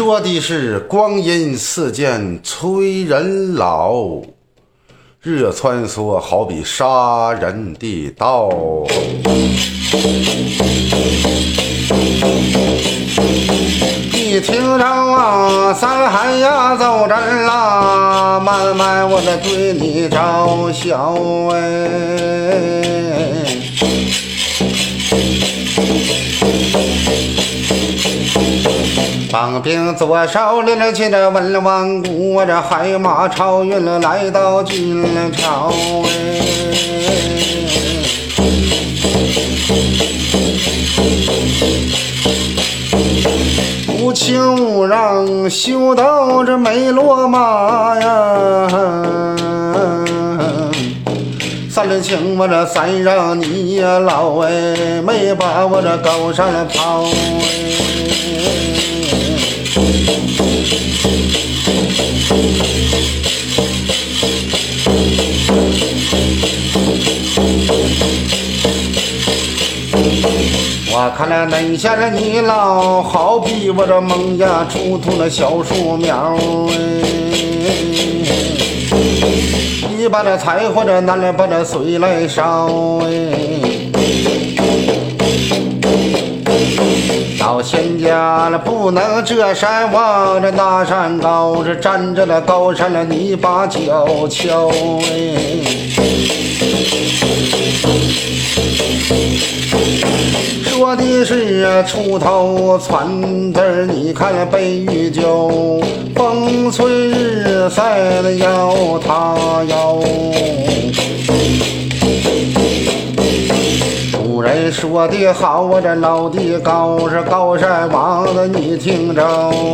说的是光阴似箭催人老，日穿梭好比杀人的刀。一听着啊，三海呀走人啦，慢慢我这对你招笑当兵左手拎着起这文王鼓，我这海马朝云了来到军朝无情无让修到这梅罗马呀，三人情我这三让你呀老没把我这高山跑我看了恁下的你老好比我这萌芽出土的小树苗你把这柴火这拿来把这水来烧到仙家了不能这山望着那山高，这站着了高山了你把脚敲说的是锄头攒字你看北玉酒风吹日晒的摇他摇主人说的好我这老的高是高山王的你听着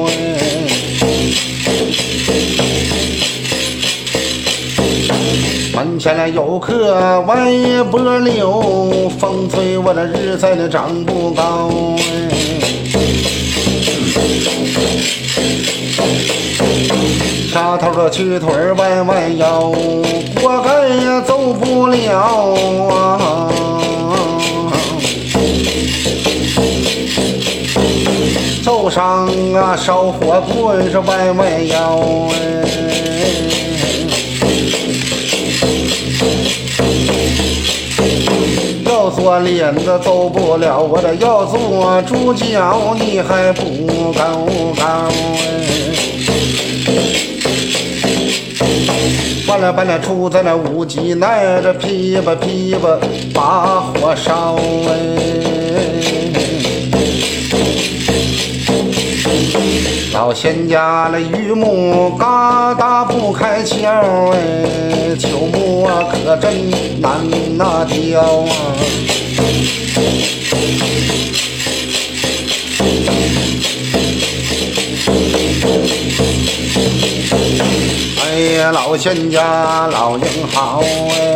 门前的游客歪波流风吹我的日晒的长不高下头的瘸腿弯弯腰活该呀走不了走上啊烧火棍是弯弯腰要做脸子走不了我这要做主角你还不高完了把那杵在那无极耐着噼吧噼吧把火烧老仙家的榆木嘎达不开窍秋木啊可真难那雕哎呀老仙家老英豪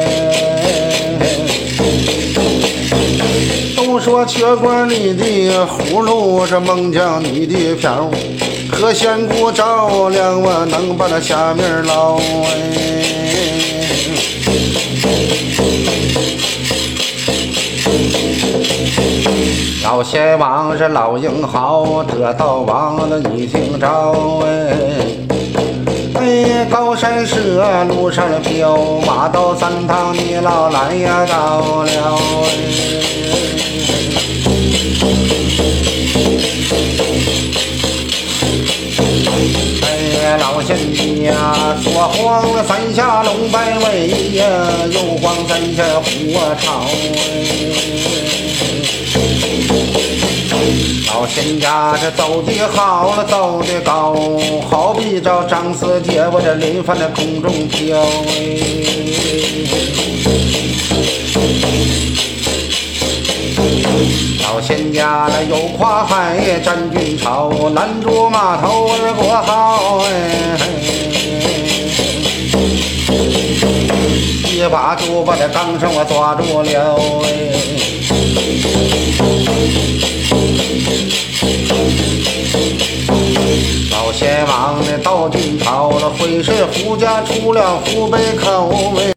都说缺官里的葫芦这猛将你的瓢和仙姑照亮我能把那下面捞老仙王是老英豪得道王的你听着高山蛇路上的飘马到三趟你老来呀到了老仙家说黄了三下龙摆尾呀又黄三下火潮老仙家这走的好了走的高好比照张四姐我这林翻在空中飘老仙家了有跨海战军朝拦住码头是国号一把就把这钢绳我抓住了老仙王的到军朝了会是胡家出了湖北口